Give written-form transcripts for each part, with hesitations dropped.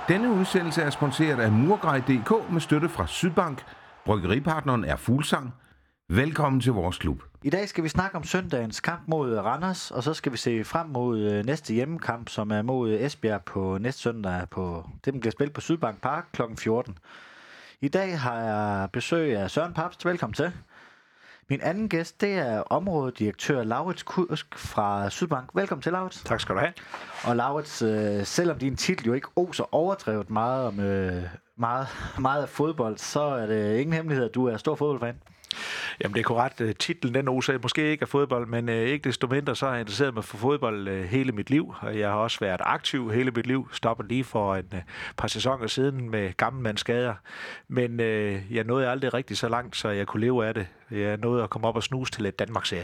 Denne udsendelse er sponsoreret af Murgrej.dk med støtte fra Sydbank. Bryggeripartneren er Fuglsang. Velkommen til vores klub. I dag skal vi snakke om søndagens kamp mod Randers, og så skal vi se frem mod næste hjemmekamp, som er mod Esbjerg på næste søndag. Det bliver spillet på Sydbank Park kl. 14. I dag har jeg besøg af Søren Papst. Velkommen til. Min anden gæst, det er områdedirektør Laurits Kursk fra Sydbank. Velkommen til, Laurits. Tak skal du have. Og Laurits, selvom din titel jo ikke oser overdrevet meget om meget af fodbold, så er det ingen hemmelighed, at du er stor fodboldfan. Jamen det er korrekt. Titlen den oser måske ikke af fodbold, men ikke desto mindre så har jeg interesseret mig for fodbold hele mit liv. Og jeg har også været aktiv hele mit liv. Stoppet lige for et par sæsoner siden med gammelmandsskader. Men jeg nåede aldrig rigtig så langt, så jeg kunne leve af det. Jeg nåede at komme op og snuse til et Danmarksserie.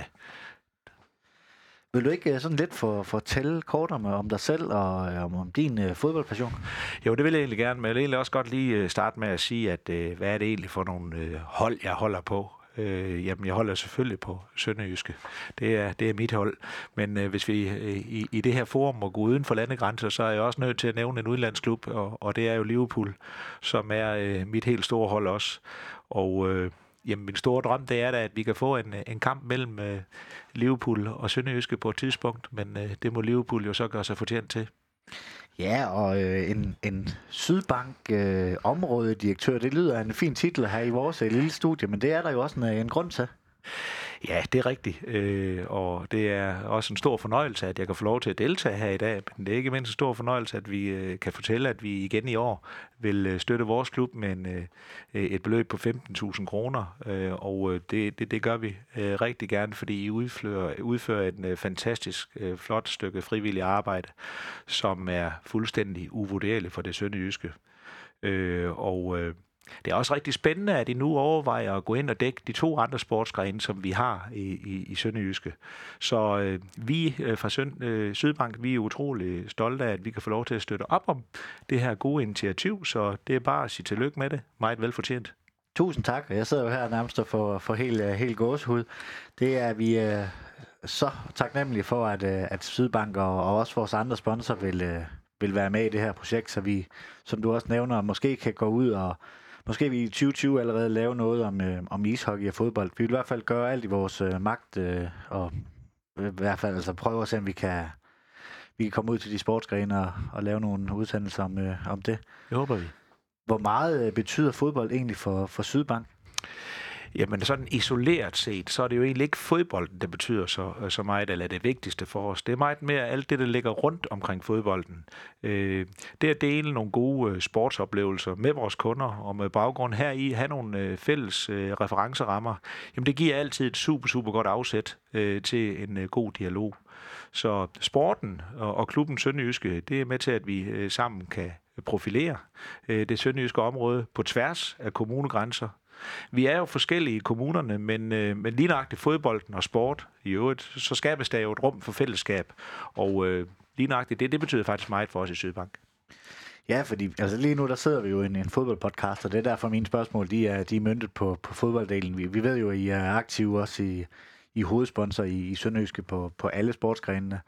Vil du ikke sådan lidt fortælle kort om dig selv og om din fodboldpassion? Jo, det vil jeg egentlig gerne, men jeg vil egentlig også godt lige starte med at sige, at hvad er det egentlig for nogle hold, jeg holder på? Jamen, jeg holder selvfølgelig på Sønderjyske. Det er mit hold. Men hvis vi i det her forum må gå uden for landegrænser, så er jeg også nødt til at nævne en udlandsklub, og det er jo Liverpool, som er mit helt store hold også. Og jamen, min store drøm, det er da, at vi kan få en kamp mellem Liverpool og Sønderjyske på et tidspunkt, men det må Liverpool jo så gøre sig fortjent til. Ja, og en Sydbank områdedirektør, det lyder en fin titel her i vores lille studie, men det er der jo også en grund til. Ja, det er rigtigt, og det er også en stor fornøjelse, at jeg kan få lov til at deltage her i dag, men det er ikke mindst en stor fornøjelse, at vi kan fortælle, at vi igen i år vil støtte vores klub med et beløb på 15.000 kroner, og det gør vi rigtig gerne, fordi I udfører et fantastisk flot stykke frivillig arbejde, som er fuldstændig uvurderligt for det sønderjyske. Det er også rigtig spændende, at I nu overvejer at gå ind og dække de 2 andre sportsgrene, som vi har i Sønderjyske. Så vi fra Sydbank, vi er utrolig stolte af, at vi kan få lov til at støtte op om det her gode initiativ, så det er bare at sige tillykke med det. Meget velfortjent. Tusind tak. Jeg sidder jo her nærmest for helt gåsehud. Det er vi så taknemmelige for, at Sydbank og også vores andre sponsorer vil være med i det her projekt, så vi, som du også nævner, måske kan gå ud og måske vi i 2020 allerede lave noget om ishockey og fodbold. Vi vil i hvert fald gøre alt i vores magt, og i hvert fald altså prøve at se, om vi kan komme ud til de sportsgrene og lave nogle udsendelser om det. Det håber vi. Hvor meget betyder fodbold egentlig for Sydbank? Jamen sådan isoleret set, så er det jo egentlig ikke fodbolden, der betyder så meget, eller det vigtigste for os. Det er meget mere alt det, der ligger rundt omkring fodbolden. Det at dele nogle gode sportsoplevelser med vores kunder, og med baggrund heri have nogle fælles referencerammer, jamen det giver altid et super godt afsæt til en god dialog. Så sporten og klubben Sønderjyske, det er med til, at vi sammen kan profilere det sønderjyske område på tværs af kommunegrænser. Vi er jo forskellige i kommunerne, men lige nøjagtigt fodbolden og sport i øvrigt, så skabes der jo et rum for fællesskab, og lige nøjagtigt det betyder faktisk meget for os i Sydbank. Ja, fordi altså lige nu der sidder vi jo i en fodboldpodcast, og det er derfor mine spørgsmål, de er møntet på fodbolddelen. Vi ved jo, at I er aktive også i hovedsponsor i Sønderjyske på alle sportsgrenene.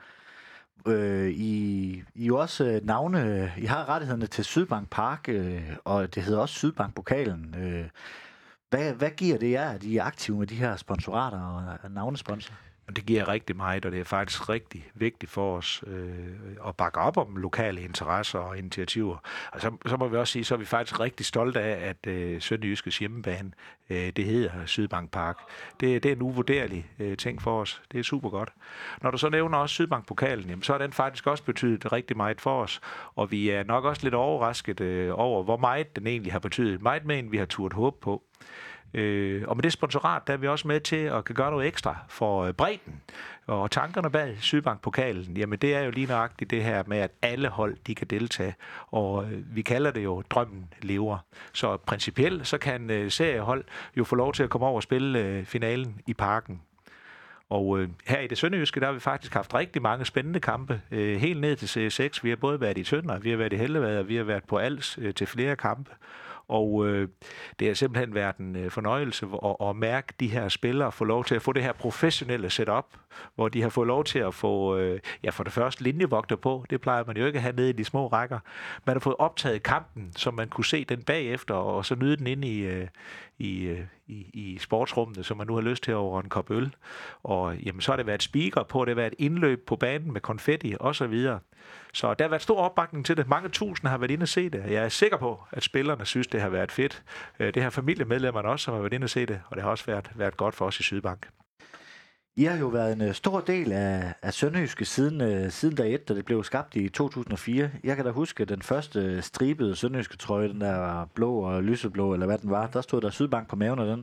I jo også navne, I har rettighederne til Sydbank Park, og det hedder også Sydbank Pokalen. Hvad giver det jer, at I er aktive med de her sponsorater og navnesponsorer? Det giver rigtig meget, og det er faktisk rigtig vigtigt for os at bakke op om lokale interesser og initiativer. Og så må vi også sige, så er vi faktisk rigtig stolte af, at Sønderjyskes hjemmebane, det hedder Sydbank Park. Det er en uvurderlig ting for os. Det er super godt. Når du så nævner også Sydbank Pokalen, jamen, så har den faktisk også betydet rigtig meget for os, og vi er nok også lidt overrasket over, hvor meget den egentlig har betydet. Meget mere, end vi har turt håbe på. Og med det sponsorat, der er vi også med til at kan gøre noget ekstra for bredden og tankerne bag Sydbank-pokalen. Jamen det er jo lige nøjagtigt det her med, at alle hold de kan deltage, og vi kalder det jo drømmen lever. Så principielt så kan seriehold jo få lov til at komme over og spille finalen i parken. Og her i det sønderjyske, der har vi faktisk haft rigtig mange spændende kampe, helt ned til C6. Vi har både været i Tønder, vi har været i Hellevad, og vi har været på Als til flere kampe. Og det har simpelthen været en fornøjelse at mærke de her spillere få lov til at få det her professionelle setup, hvor de har fået lov til at få, for det første linjevogter på. Det plejer man jo ikke at have nede i de små rækker. Man har fået optaget kampen, så man kunne se den bagefter, og så nyde den inde i sportsrummet, så man nu har lyst til over en kop øl. Og jamen, så har det været speaker på, det har været indløb på banen med konfetti og så videre. Så der har været stor opbakning til det. Mange tusinder har været inde og se det. Jeg er sikker på, at spillerne synes, det har været fedt. Det har familiemedlemmerne også, som har været inde og se det, og det har også været godt for os i Sydbank. I har jo været en stor del af Sønderjyske siden dag 1, da det blev skabt i 2004. Jeg kan da huske den første stribede Sønderjyske trøje, den der blå og lyseblå, eller hvad den var. Der stod der Sydbank på maven af den.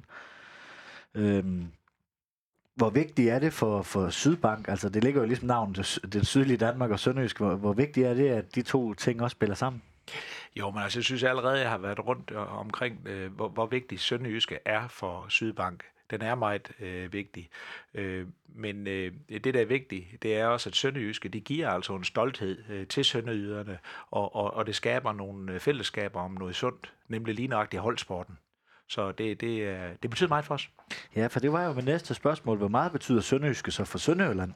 Hvor vigtigt er det for Sydbank? Altså, det ligger jo ligesom navnet, den sydlige Danmark og Sønderjysk. Hvor vigtigt er det, at de to ting også spiller sammen? Jo, men altså, jeg synes allerede, jeg har været rundt omkring, hvor vigtig Sønderjyske er for Sydbank. Den er meget vigtig. Men det, der er vigtigt, det er også, at Sønderjyske, det giver altså en stolthed til sønderjyderne, og det skaber nogle fællesskaber om noget sundt, nemlig lige nøjagtigt holdsporten. Så det betyder meget for os. Ja, for det var jo mit næste spørgsmål. Hvor meget betyder Sønderjyske så for Sønderjylland?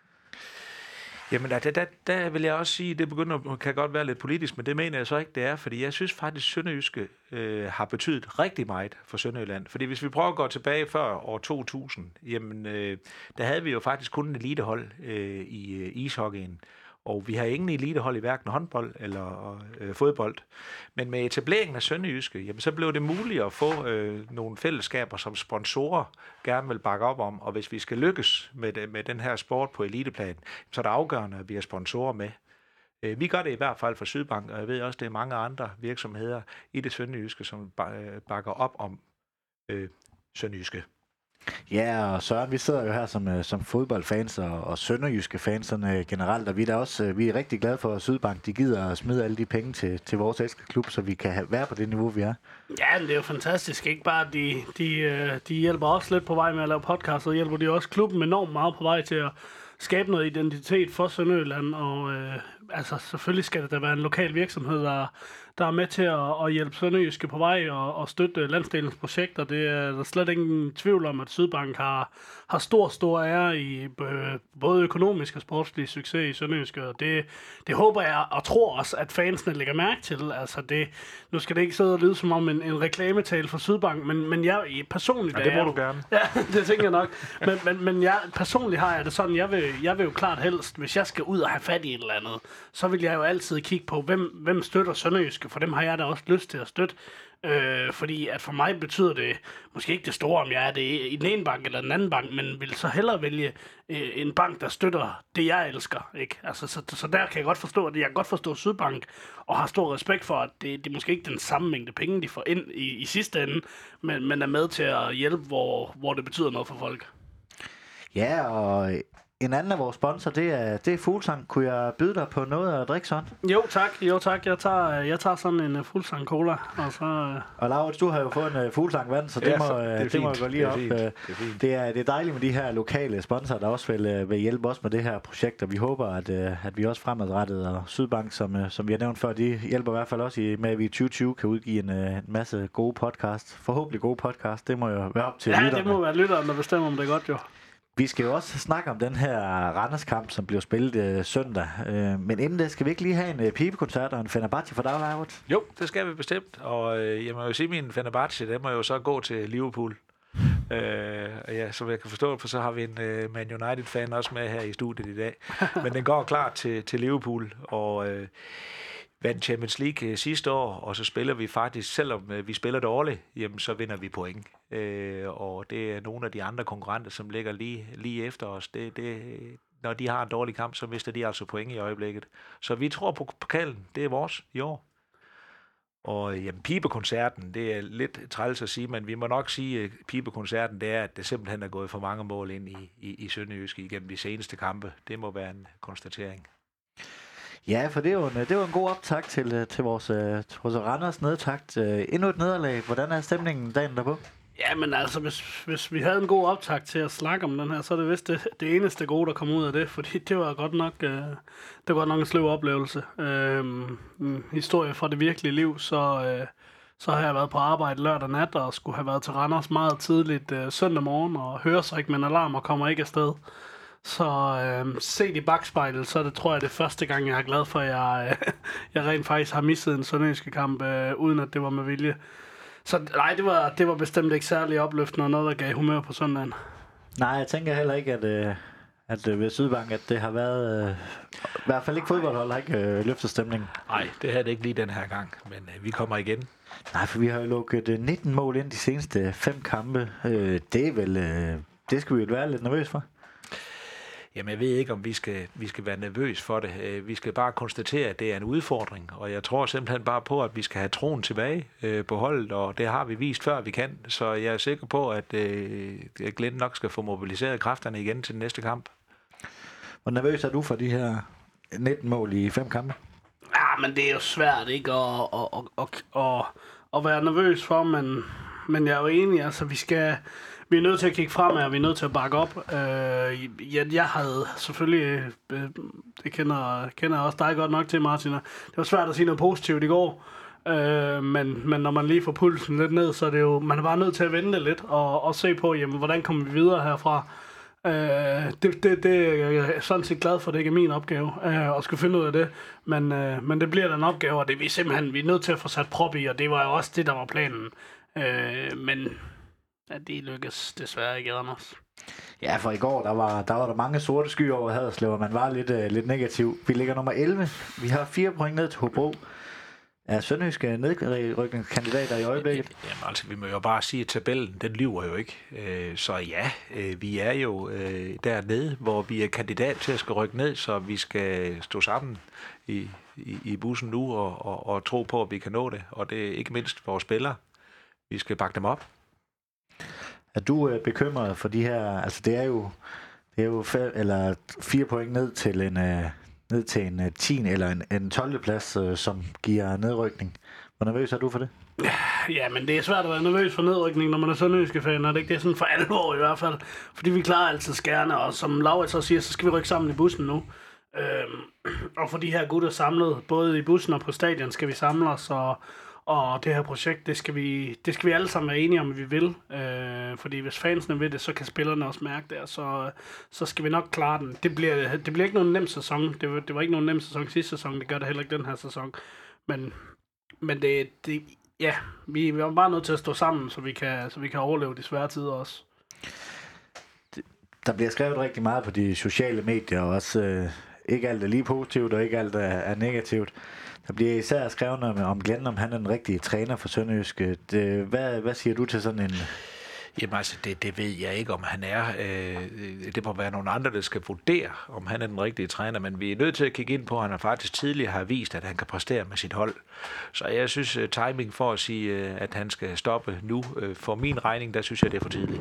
Jamen, der vil jeg også sige, det kan godt være lidt politisk, men det mener jeg så ikke, det er, fordi jeg synes faktisk, at Sønderjyske har betydet rigtig meget for Sønderjylland. Fordi hvis vi prøver at gå tilbage før år 2000, jamen, der havde vi jo faktisk kun en elitehold i ishockeyen. Og vi har ingen elitehold i hverken håndbold eller fodbold. Men med etableringen af Sønderjyske, jamen, så blev det muligt at få nogle fællesskaber, som sponsorer gerne vil bakke op om. Og hvis vi skal lykkes med den her sport på eliteplan, så er det afgørende, at vi har sponsorer med. Vi gør det i hvert fald for Sydbank, og jeg ved også, at det er mange andre virksomheder i det Sønderjyske, som bakker op om Sønderjyske. Ja, og Søren, vi sidder jo her som fodboldfans og sønderjyske fans sådan, generelt, og vi er rigtig glade for, at Sydbank de gider at smide alle de penge til vores elskede klub, så vi kan være på det niveau, vi er. Ja, det er jo fantastisk. Ikke bare, de hjælper også lidt på vej med at lave podcast, og hjælper de også klubben enormt meget på vej til at skabe noget identitet for Sønderjylland, og altså selvfølgelig skal det da være en lokal virksomhed, der er med til at hjælpe Sønderjyske på vej og støtte landsdelens projekter. Det er der slet ingen tvivl om, at Sydbank har stor ære i både økonomisk og sportslig succes i Sønderjyske, og det håber jeg og tror også, at fansene lægger mærke til. Altså nu skal det ikke sidde og lyde som om en reklametale for Sydbank, men jeg personligt... Ja, det må du gerne. Ja, det tænker jeg nok. Men jeg personligt har jeg det sådan, jeg vil jo klart helst, hvis jeg skal ud og have fat i et eller andet, så vil jeg jo altid kigge på, hvem støtter Sønderjyske, for dem har jeg da også lyst til at støtte. Fordi at for mig betyder det måske ikke det store, om jeg er det i den ene bank eller den anden bank, men vil så hellere vælge en bank, der støtter det, jeg elsker. Ikke? Altså, så der kan jeg godt forstå, at jeg kan godt forstå Sydbank, og har stor respekt for, at det er måske ikke den samme mængde penge, de får ind i sidste ende, men er med til at hjælpe, hvor det betyder noget for folk. Ja, og en anden af vores sponsor, det er Fuglsang. Kunne jeg byde dig på noget at drikke sådan? Jo tak. Jeg tager sådan en Fuglsang cola. Og så... Og Laurits, du har jo fået en Fuglsang vand, så det må gå lige op. Det er dejligt med de her lokale sponsorer, der også vil hjælpe os med det her projekt, og vi håber, at vi også fremadrettet, og Sydbank, som vi har nævnt før, de hjælper i hvert fald også med, at vi i 2020 kan udgive en masse gode podcast. Forhåbentlig gode podcast. Det må jo være op til lytterne. Ja, det må være lytterne, der bestemmer, om det er godt jo. Vi skal jo også snakke om den her Randers-kamp, som bliver spillet søndag. Men inden det, skal vi ikke lige have en pibekoncert og en Fenerbahce for dig, Laurits? Jo, det skal vi bestemt. Og jeg må jo sige, at min Fenerbahce, den må jo så gå til Liverpool. Som jeg kan forstå, for så har vi en Man United-fan også med her i studiet i dag. Men den går klart til Liverpool, og vandt Champions League sidste år, og så spiller vi faktisk, selvom vi spiller dårligt, jamen så vinder vi point. Og det er nogle af de andre konkurrenter, som ligger lige efter os. Når de har en dårlig kamp, så mister de altså point i øjeblikket. Så vi tror på pokalen, det er vores i år. Og jamen, pibekoncerten, det er lidt træls at sige, men vi må nok sige, at pibekoncerten, det er, at det simpelthen er gået for mange mål ind i Sønderjyske igennem de seneste kampe. Det må være en konstatering. Ja, for det var en god optakt til vores Randers nedtakt. Endnu et nederlag. Hvordan er stemningen dagen derpå? Ja, men altså, hvis vi havde en god optakt til at snakke om den her, så er det vist det eneste gode, der kom ud af det, fordi det var godt nok en sløv oplevelse. Historie fra det virkelige liv, så Så har jeg været på arbejde lørdag nat, og skulle have været til Randers meget tidligt søndag morgen, og hører så ikke min alarm og kommer ikke afsted. Så set i bagspejlet, så det tror jeg det første gang, jeg er glad for, at jeg rent faktisk har misset en sønderjyske kamp, uden at det var med vilje. Så nej, det var bestemt ikke særlig opløftende og noget, der gav humør på søndagen. Nej, jeg tænker heller ikke, at ved Sydbank, at det har været, i hvert fald ikke fodboldhold, har ikke løftet stemningen. Nej, det havde det ikke lige den her gang, men vi kommer igen. Nej, for vi har jo lukket 19 mål ind de seneste 5 kampe. Det er vel, det skal vi jo være lidt nervøs for. Jamen, jeg ved ikke, om vi skal være nervøs for det. Vi skal bare konstatere, at det er en udfordring, og jeg tror simpelthen bare på, at vi skal have troen tilbage på holdet, og det har vi vist før, vi kan. Så jeg er sikker på, at Glenn nok skal få mobiliseret kræfterne igen til den næste kamp. Hvor nervøs er du for de her 19 mål i 5 kampe? Ja, men det er jo svært ikke at være nervøs for, men jeg er jo enig, altså vi er nødt til at kigge fremad, og vi er nødt til at bakke op. Jeg havde selvfølgelig, det kender jeg også dig godt nok til, Martin, det var svært at sige noget positivt i går, men når man lige får pulsen lidt ned, så er det jo, man er bare nødt til at vente lidt og se på, jamen, hvordan kommer vi videre herfra. Det er jeg sådan set glad for, det ikke er min opgave at skulle finde ud af det, men det bliver den opgave, og det er vi er nødt til at få sat prop i, og det var jo også det, der var planen. Men ja, det lykkes desværre ikke, Anders. Ja, for i går, der var der mange sorte skyer over Haderslev, og man var lidt negativ. Vi ligger nummer 11. Vi har 4 point ned til Hobro. Er sønderjyske nedrykningskandidater i øjeblikket? Jamen altså, vi må jo bare sige, at tabellen, den lyver jo ikke. Så ja, vi er jo dernede, hvor vi er kandidat til at skal rykke ned, så vi skal stå sammen i bussen nu og tro på, at vi kan nå det. Og det er ikke mindst vores spillere. Vi skal bakke dem op. Er du bekymret for de her, altså det er jo 4 point ned til en 10. eller en 12. plads, som giver nedrykning. Hvor nervøs er du for det? Ja, men det er svært at være nervøs for nedrykning, når man er sønderjyske fan, og det ikke det er sådan for alvor i hvert fald. Fordi vi klarer altid skærne, og som Laurits så siger, så skal vi rykke sammen i bussen nu. Og for de her gutter samlet, både i bussen og på stadion, skal vi samle os, og det her projekt, det skal vi alle sammen være enige om, at vi vil. Fordi hvis fansene vil det, så kan spillerne også mærke det, og så skal vi nok klare den. Det bliver ikke nogen nem sæson. Det var ikke nogen nem sæson sidste sæson, det gør det heller ikke den her sæson. Men vi er bare nødt til at stå sammen, så vi kan overleve de svære tider også. Der bliver skrevet rigtig meget på de sociale medier, og også ikke alt er lige positivt, og ikke alt er negativt. Der bliver især skrevet om Glenn, om han er den rigtige træner for Sønderjyske. Hvad siger du til sådan en... Jamen altså, det ved jeg ikke, om han er. Det må være nogle andre, der skal vurdere, om han er den rigtige træner, men vi er nødt til at kigge ind på, at han faktisk tidligere har vist, at han kan præstere med sit hold. Så jeg synes, timing for at sige, at han skal stoppe nu, for min regning, der synes jeg, det er for tidligt.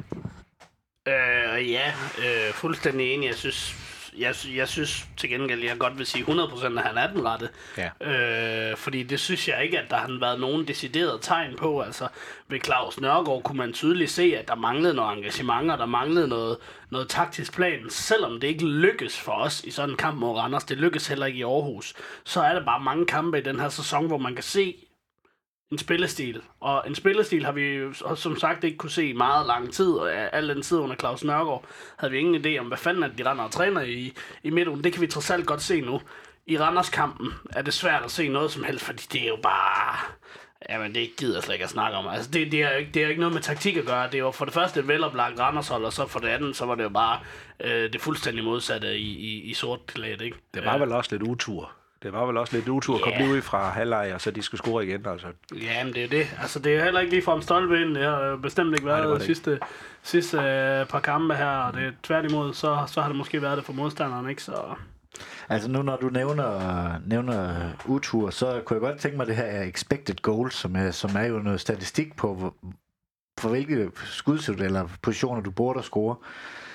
Fuldstændig enig. Jeg synes til gengæld, jeg godt vil sige 100%, at han er den rette. Ja. Fordi det synes jeg ikke, at der har været nogen deciderede tegn på. Altså, ved Claus Nørgaard kunne man tydeligt se, at der manglede noget engagement, og der manglede noget taktisk plan. Selvom det ikke lykkes for os i sådan en kamp mod Randers, det lykkes heller ikke i Aarhus, så er der bare mange kampe i den her sæson, hvor man kan se en spillestil. Og en spillestil har vi som sagt ikke kunne se i meget lang tid, og al den tid under Claus Nørgaard havde vi ingen idé om, hvad fanden at de render og træner i midtugen. Det kan vi trods alt godt se nu. I Randers-kampen er det svært at se noget som helst, fordi det er jo bare... Jamen, det gider jeg slet ikke at snakke om. Altså, det er jo ikke noget med taktik at gøre. Det er jo for det første et veloplagt Randershold, og så for det andet, så var det jo bare det fuldstændig modsatte i sort klædt, ikke? Det var vel også lidt utur. Det var vel også lidt utur at komme lige ud fra halvleg, og så de skulle score igen, altså. Ja, men det er det. Altså, det er heller ikke lige fra en stolpe ind. Det har bestemt ikke været de sidste par kampe her, og det er tværtimod, så har det måske været det for modstanderen, ikke? Så... Altså nu, når du nævner utur, så kunne jeg godt tænke mig, det her er expected goals, som er jo noget statistik på, for hvilke skudsæt eller positioner du burde score.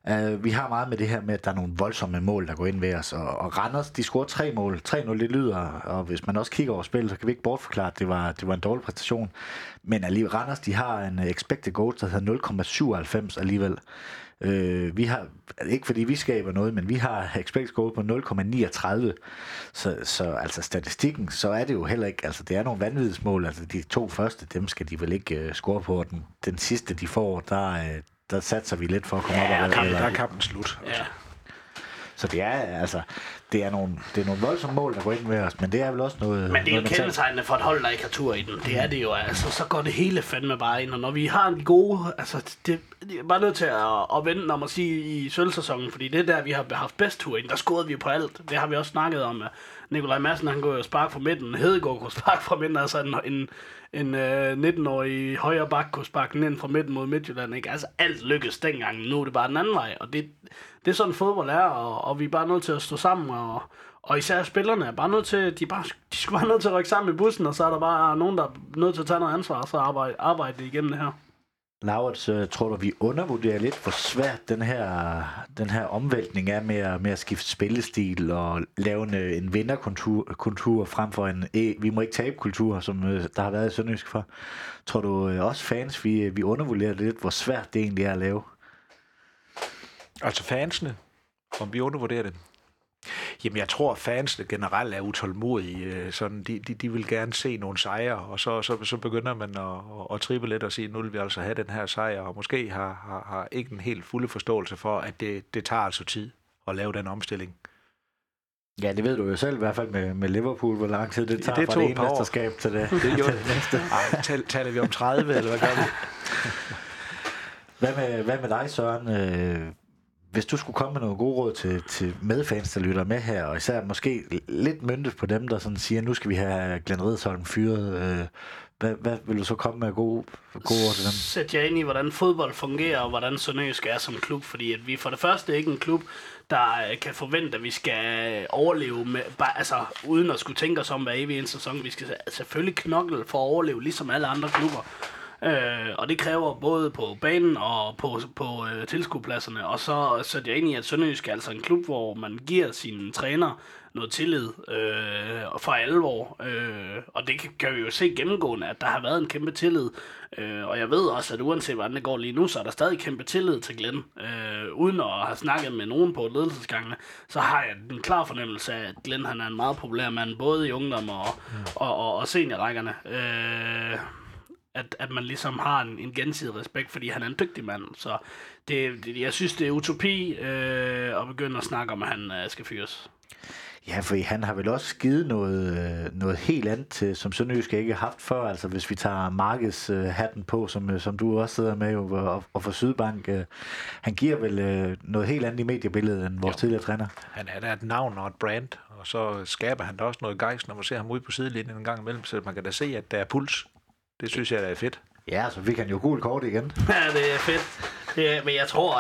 Vi har meget med det her med, at der er nogle voldsomme mål, der går ind ved os, og Randers, de scorer 3 mål. 3-0, det lyder, og hvis man også kigger over spillet, så kan vi ikke bortforklare, at det var en dårlig præstation. Men alligevel, Randers, de har en expected goals, der hedder 0,97 alligevel. Vi har, ikke fordi vi skaber noget, men vi har expected goal på 0,39. Så altså statistikken, så er det jo heller ikke, altså det er nogle vanvidsmål, altså de 2 første, dem skal de vel ikke score på, den sidste de får, der satser vi lidt for at komme op og der er kampen slut. Ja. Så det er nogle voldsomme mål, der går ind ved os, men det er vel også noget... Men det er jo kendetegnende for et hold, der ikke har tur i den. Det er det jo, altså. Så går det hele fandme bare ind, og når vi har en gode... Altså, det er bare nødt til at vente, når man siger i sølvsæsonen, fordi det er der, vi har haft bedst tur i den. Der scorede vi jo på alt. Det har vi også snakket om. Nikolaj Madsen, han går jo spark fra midten. Hedegaard går spark fra midten, altså en 19-årig højre bak kunne sparke den ind fra midten mod Midtjylland, ikke? Altså alt lykkedes dengang, nu er det bare den anden vej, og det er sådan fodbold er, og vi er bare nødt til at stå sammen, og især spillerne er bare nødt til, de skal bare nødt til at rykke sammen i bussen, og så er der bare nogen, der er nødt til at tage noget ansvar, og så arbejde det igennem det her. Laurits, tror du, vi undervurderer lidt, hvor svært den her omvæltning er med at skifte spillestil og lave en vinderkultur frem for en vi må ikke tabe kultur, som der har været i Sønderjysk for. Tror du også fans, vi undervurderer lidt, hvor svært det egentlig er at lave? Altså fansene, om vi undervurderer det? Jamen, jeg tror, at fansene generelt er utålmodige. Sådan, de vil gerne se nogle sejre, og så begynder man at trippe lidt og sige, nu vil vi altså have den her sejr, og måske har ikke en helt fulde forståelse for, at det tager altså tid at lave den omstilling. Ja, det ved du jo selv, i hvert fald med Liverpool, hvor lang tid det tager fra det ene mesterskab til det næste. Taler vi om 30, eller hvad gør vi? Hvad med dig, Søren? Hvis du skulle komme med nogle gode råd til medfans, der lytter med her, og især måske lidt møntet på dem, der sådan siger, nu skal vi have Glenn Riddersholm fyret, hvad vil du så komme med gode ord til dem? Sæt jer ind i, hvordan fodbold fungerer, og hvordan Sønderjysk er som klub, fordi at vi for det første ikke en klub, der kan forvente, at vi skal overleve med, bare, altså, uden at skulle tænke os om hver evig en sæson. Vi skal selvfølgelig knokle for at overleve, ligesom alle andre klubber. Og det kræver både på banen og på tilskuerpladserne. Og så sætter jeg ind i, at Sønderjysk er altså en klub, hvor man giver sine træner noget tillid for alvor. Og det kan vi jo se gennemgående, at der har været en kæmpe tillid. Og jeg ved også, at uanset hvordan det går lige nu, så er der stadig kæmpe tillid til Glenn. Uden at have snakket med nogen på ledelsesgangene, så har jeg en klar fornemmelse af, at Glenn han er en meget populær mand, både i ungdom og seniorrækkerne. At man ligesom har en gensidig respekt, fordi han er en dygtig mand. Så jeg synes, det er utopi at begynde at snakke om, at han skal fyres. Ja, for han har vel også givet noget helt andet til, som Sønderjysk ikke har haft før. Altså hvis vi tager markedshatten på, som du også sidder med jo, og for Sydbank. Han giver vel noget helt andet i mediebilledet end vores tidligere træner. Han er da et navn og et brand, og så skaber han da også noget gejst, når man ser ham ude på sidelinjen en gang imellem, så man kan da se, at der er puls. Det synes jeg, der er fedt. Ja, så fik han jo gult kort igen. Ja, det er fedt. Men jeg tror,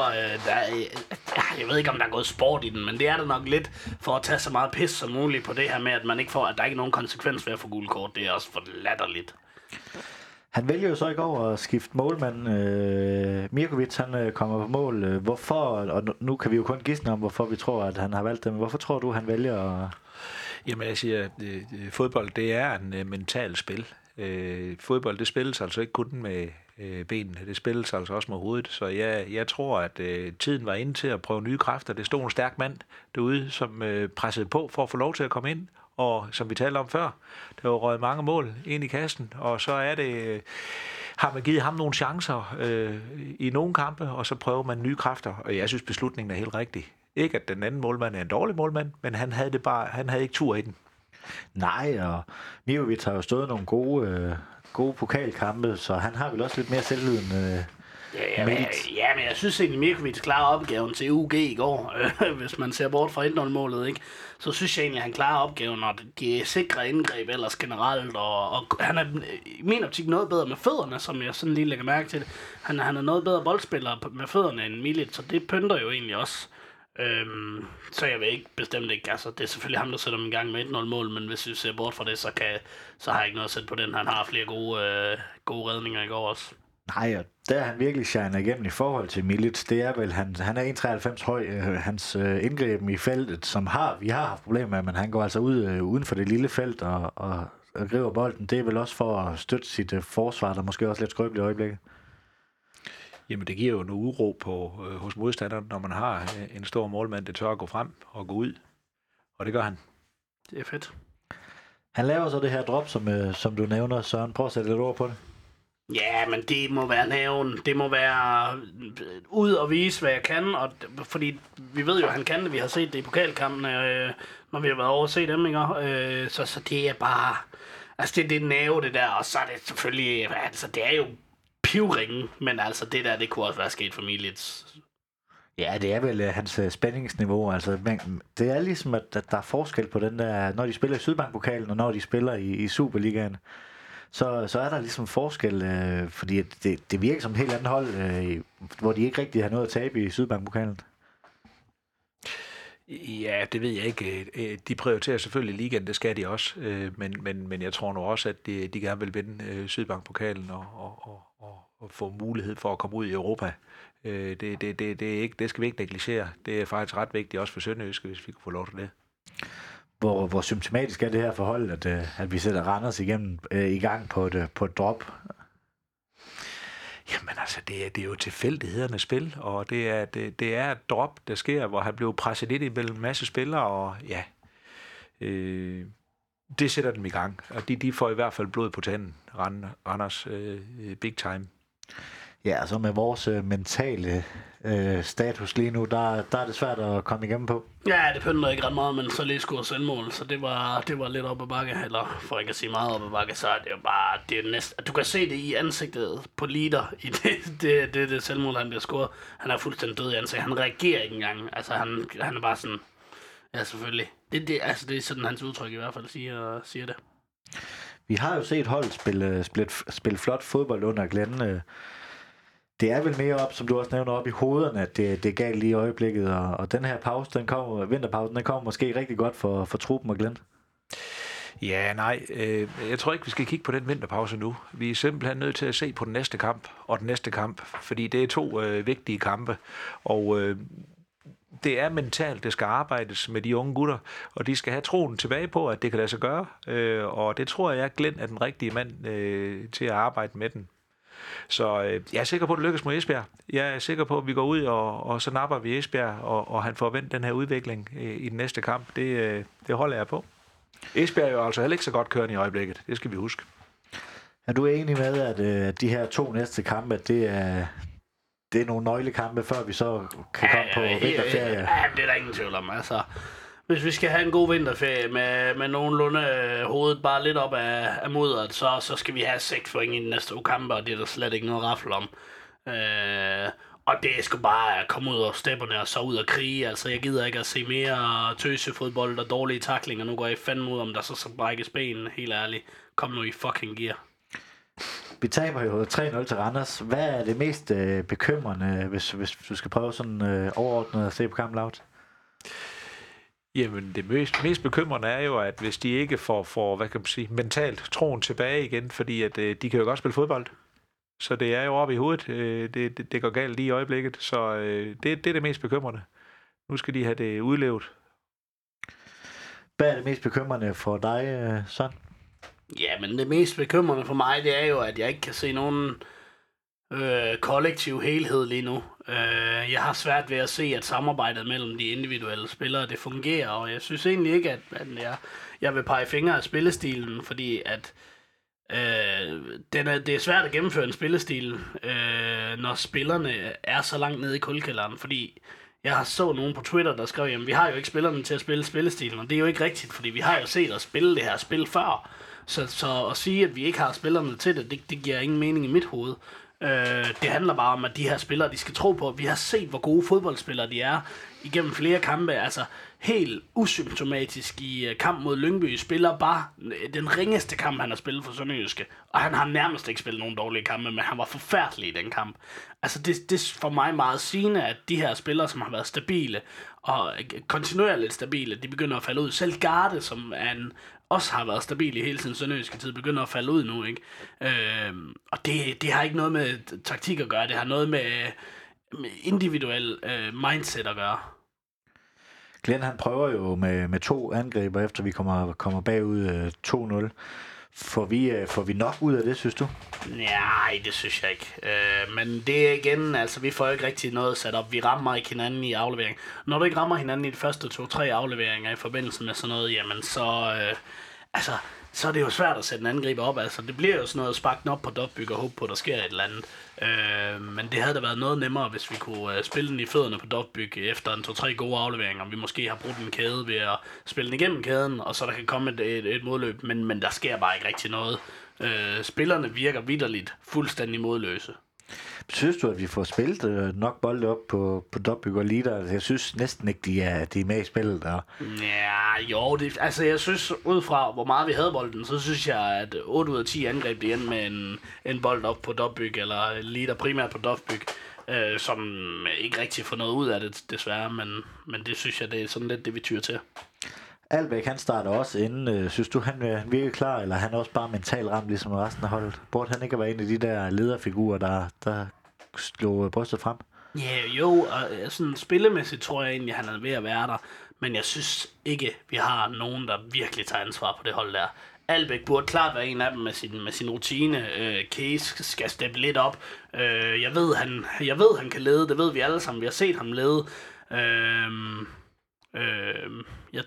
jeg ved ikke, om der er gået sport i den, men det er der nok lidt for at tage så meget pis som muligt på det her med, at man ikke får, at der ikke er nogen konsekvens ved at få gult kort. Det er også for latterligt. Han vælger jo så ikke over at skifte målmand. Mirkovic, han kommer på mål. Hvorfor, og nu kan vi jo kun gisne om, hvorfor vi tror, at han har valgt det, men hvorfor tror du, han vælger at... Jamen, jeg siger, fodbold, det er en mental spil. Fodbold, det spilles altså ikke kun med benene, det spilles altså også med hovedet, så jeg tror, at tiden var inde til at prøve nye kræfter. Det stod en stærk mand derude, som pressede på for at få lov til at komme ind, og som vi talte om før, der var røget mange mål ind i kassen, og så er det, har man givet ham nogle chancer i nogle kampe, og så prøver man nye kræfter, og jeg synes, beslutningen er helt rigtig. Ikke, at den anden målmand er en dårlig målmand, men han havde ikke tur i den. Nej, og Mirkovic har jo stået nogle gode pokalkampe, så han har vel også lidt mere selvviden. Ja, men jeg synes egentlig, Mirkovic klarer opgaven til UG i går, hvis man ser bort fra 1-0-målet, ikke? Så synes jeg egentlig, at han klarer opgaven, og de er sikre indgreb ellers generelt, og han er i min optik noget bedre med fødderne, som jeg sådan lige lægger mærke til det. Han er noget bedre boldspiller med fødderne end Milic, så det pynter jo egentlig også. Så jeg vil ikke bestemt ikke, altså det er selvfølgelig ham, der sætter dem i gang med 1-0-mål, men hvis vi ser bort fra det, så har jeg ikke noget at sætte på den. Han har flere gode redninger i går også. Nej, og der er han virkelig shiner igennem i forhold til Milic. Det er vel, han er 1,93 høj. Hans indgreb i feltet, som vi har haft problemer med, men han går altså ud uden for det lille felt og griber bolden. Det er vel også for at støtte sit forsvar, der måske også lidt skrøbeligt i øjeblikket. Jamen, det giver jo noget uro hos modstanderen, når man har en stor målmand, der tør at gå frem og gå ud. Og det gør han. Det er fedt. Han laver så det her drop, som du nævner, Søren. Prøv at sætte lidt ord på det. Ja, men det må være nævn. Det må være ud og vise, hvad jeg kan. Og, fordi vi ved jo, at han kan det. Vi har set det i pokalkampen, når vi har været over at se dem, ikke? Så det er bare... Altså, det er næve, det der. Og så er det selvfølgelig... Altså, det er jo pivringen. Men altså, det der, det kunne også være sket for Milic. Ja, det er vel hans spændingsniveau. Altså, det er ligesom, at der er forskel på den der... Når de spiller i Sydbank-pokalen, og når de spiller i Superligaen, så er der ligesom forskel, fordi det virker som et helt andet hold, hvor de ikke rigtig har noget at tabe i Sydbank-pokalen. Ja, det ved jeg ikke. De prioriterer selvfølgelig ligaen, det skal de også, men jeg tror nu også, at de gerne vil vinde Sydbank-pokalen og få mulighed for at komme ud i Europa. Det skal vi ikke negligere. Det er faktisk ret vigtigt også for Sønderjyske, hvis vi kan få lov til det. Hvor symptomatisk er det her forhold, at vi sætter Randers i gang på et drop? Jamen altså, det er jo tilfældighedernes spil, og det er et drop, der sker, hvor han blev presset lidt imellem en masse spillere, og ja, det sætter dem i gang. Og de får i hvert fald blod på tanden, Randers big time. Ja, så med vores mentale status lige nu, der er det svært at komme igennem på. Ja, det pynter ikke ret meget, men så lige score selvmål, så det var lidt op ad bakke, eller for ikke at sige meget op ad bakke, så er det jo bare, det er næsten, du kan se det i ansigtet på Lider, i det selvmål, han bliver scoret. Han er fuldstændig død i ansigtet, han reagerer ikke engang, altså han er bare sådan, ja selvfølgelig, det er sådan hans udtryk i hvert fald siger det. Vi har jo set hold spille flot fodbold under Glenn. Det er vel mere op, som du også nævner, op i hovederne, at det er galt lige i øjeblikket, og den her pause, vinterpausen, den kommer måske rigtig godt for truppen og Glenn. Ja, nej. Jeg tror ikke, vi skal kigge på den vinterpause nu. Vi er simpelthen nødt til at se på den næste kamp og den næste kamp, fordi det er 2 vigtige kampe, og det er mentalt, det skal arbejdes med de unge gutter, og de skal have troen tilbage på, at det kan lade sig gøre, og det tror jeg, Glenn er den rigtige mand til at arbejde med den. Så jeg er sikker på, at det lykkes mod Esbjerg. Jeg er sikker på, at vi går ud, og så napper vi Esbjerg, og han får vendt den her udvikling i den næste kamp. Det holder jeg på. Esbjerg er jo altså heller ikke så godt kørende i øjeblikket. Det skal vi huske. Er du enig med, at de her 2 næste kampe, det er nogle nøglekampe, før vi så kan komme på vinterferie? Ja, det er der ingen tvivl om. Altså, hvis vi skal have en god vinterferie med nogenlunde hovedet bare lidt op af mudderet, så skal vi have 6 point i de næste 2 kampe, og det er der slet ikke noget raffel om. Og det er sgu bare at komme ud af stepperne og så ud og krige. Altså, jeg gider ikke at se mere tøsefodbold og dårlige tacklinger. Nu går jeg fandme ud, om der så brækkes ben, helt ærligt. Kom nu i fucking gear. Vi taber jo 3-0 til Randers. Hvad er det mest bekymrende, hvis du skal prøve sådan overordnet at se på kampen laut? Jamen, det mest bekymrende er jo, at hvis de ikke får hvad kan man sige, mentalt troen tilbage igen, fordi at de kan jo godt spille fodbold. Så det er jo oppe i hovedet. Det går galt lige i øjeblikket. Så det er det mest bekymrende. Nu skal de have det udlevet. Hvad er det mest bekymrende for dig, Søren? Ja, men det mest bekymrende for mig, det er jo, at jeg ikke kan se nogen kollektiv helhed lige nu. Jeg har svært ved at se, at samarbejdet mellem de individuelle spillere, det fungerer, og jeg synes egentlig ikke, at jeg vil pege fingre af spillestilen, fordi at det er svært at gennemføre en spillestil, når spillerne er så langt nede i kulkælderen, fordi jeg har så nogen på Twitter, der skrev, jamen vi har jo ikke spillerne til at spille spillestilen, og det er jo ikke rigtigt, fordi vi har jo set at spille det her spil før, så at sige, at vi ikke har spillerne til det giver ingen mening i mit hoved. Det handler bare om, at de her spillere, de skal tro på, at vi har set, hvor gode fodboldspillere de er igennem flere kampe. Altså helt usymptomatisk i kamp mod Lyngby, spiller bare den ringeste kamp, han har spillet for Sønderjyske. Og han har nærmest ikke spillet nogen dårlige kampe, men han var forfærdelig i den kamp. Altså det er for mig meget sigende, at de her spillere, som har været stabile og kontinuerligt stabile, de begynder at falde ud. Selv Garde, som er en også har været stabil i hele sin sønderjyske tid, begynder at falde ud nu, ikke? Og det har ikke noget med taktik at gøre, det har noget med individuel mindset at gøre. Glenn, han prøver jo med 2 angriber, efter vi kommer bagud 2-0. Får vi nok ud af det, synes du? Nej, det synes jeg ikke. Men det er igen, altså vi får ikke rigtig noget sat op. Vi rammer ikke hinanden i aflevering. Når du ikke rammer hinanden i de første 2-3 afleveringer i forbindelse med sådan noget, jamen så er det jo svært at sætte en angriber op. Altså det bliver jo sådan noget sparken op på Dobbyg og håbe på, at der sker et eller andet. Men det havde da været noget nemmere, hvis vi kunne spille den i fødderne på Dobbyg efter en 2-3 gode afleveringer. Vi måske har brugt en kæde ved at spille den igennem kæden, og så der kan komme et modløb. Men der sker bare ikke rigtig noget. Spillerne virker vitterligt fuldstændig modløse. Synes du, at vi får spillet nok bolde op på Dobbyg og Lider? Jeg synes næsten ikke, de er med i spillet. Og... Ja, jo, jeg synes, ud fra hvor meget vi havde bolden, så synes jeg, at 8 ud af 10 angreb igen med en bold op på Dobbyg, eller Lider primært på Dobbyg, som ikke rigtig får noget ud af det, desværre, men det synes jeg, det er sådan lidt det, vi tyrer til. Albæk, han starter også inden. Synes du, han virker klar, eller han er også bare mentalt ramt, ligesom resten af holdet? Burde han ikke være en af de der lederfigurer, der slog brystet frem? Ja, jo, og sådan spillemæssigt tror jeg egentlig, han er ved at være der, men jeg synes ikke, vi har nogen, der virkelig tager ansvar på det hold der. Albæk burde klart være en af dem med sin rutine. Case skal steppe lidt op. Jeg ved, han kan lede, det ved vi alle sammen. Vi har set ham lede. Jeg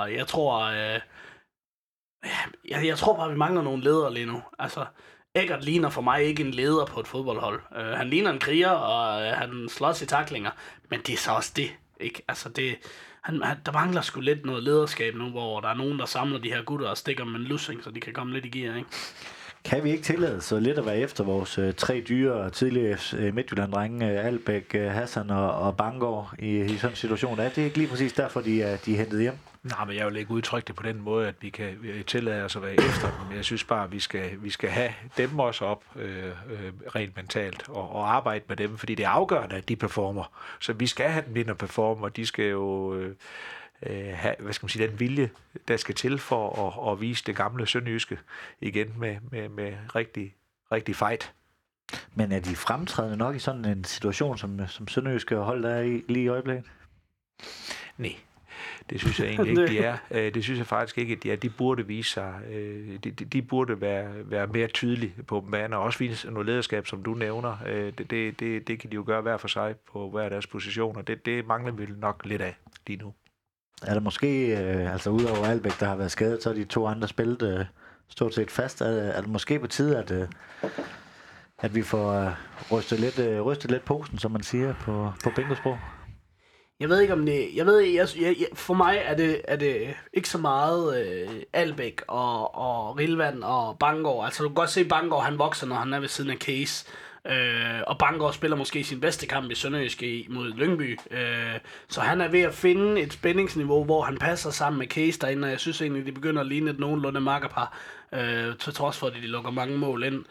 tror bare, vi mangler nogle ledere lige nu. Altså, Eggert ligner for mig ikke en leder på et fodboldhold. Han ligner en kriger, og han slås i tacklinger, men det er så også det, ikke? Altså, der mangler sgu lidt noget lederskab nu, hvor der er nogen, der samler de her gutter og stikker med en lussing, så de kan komme lidt i gear, ikke? Kan vi ikke tillade så lidt at være efter vores 3 dyre tidligere Midtjylland-drenge, Albæk, Hassan og Bangor i sådan en situation? Er det ikke lige præcis derfor, de er hentet hjem? Nej, men jeg vil ikke udtrykke det på den måde, at vi kan tillade os at være efter dem. Jeg synes bare, at vi skal have dem også op rent mentalt og arbejde med dem, fordi det er afgørende, at de performer. Så vi skal have den vinder performer, de skal jo have, den vilje, der skal til for at vise det gamle sønderjyske igen med rigtig fight. Men er de fremtrædende nok i sådan en situation, som sønderjyske hold der er i lige i øjeblikket? Nej. Det synes jeg egentlig ikke, de er. Det synes jeg faktisk ikke, at de er. De burde vise sig. De burde være mere tydelige på banen, og også vise noget lederskab, som du nævner. Det kan de jo gøre hver for sig på hver deres position, og det mangler vi nok lidt af lige nu. Er der måske, altså udover Albæk, der har været skadet, så er de 2 andre spillet stort set fast. Er det måske på tide, at vi får rystet lidt posen, som man siger på bænkesprog? Jeg ved ikke om det... for mig er det ikke så meget Albæk og Rilvan og Bangor. Altså du kan godt se, at Bangor han vokser, når han er ved siden af Case. Og Bangor spiller måske sin bedste kamp i Sønderjyske mod Lyngby. Så han er ved at finde et spændingsniveau, hvor han passer sammen med Case derinde. Og jeg synes egentlig, de begynder at ligne et nogenlunde makkerpar. Til trods for, at de lukker mange mål ind.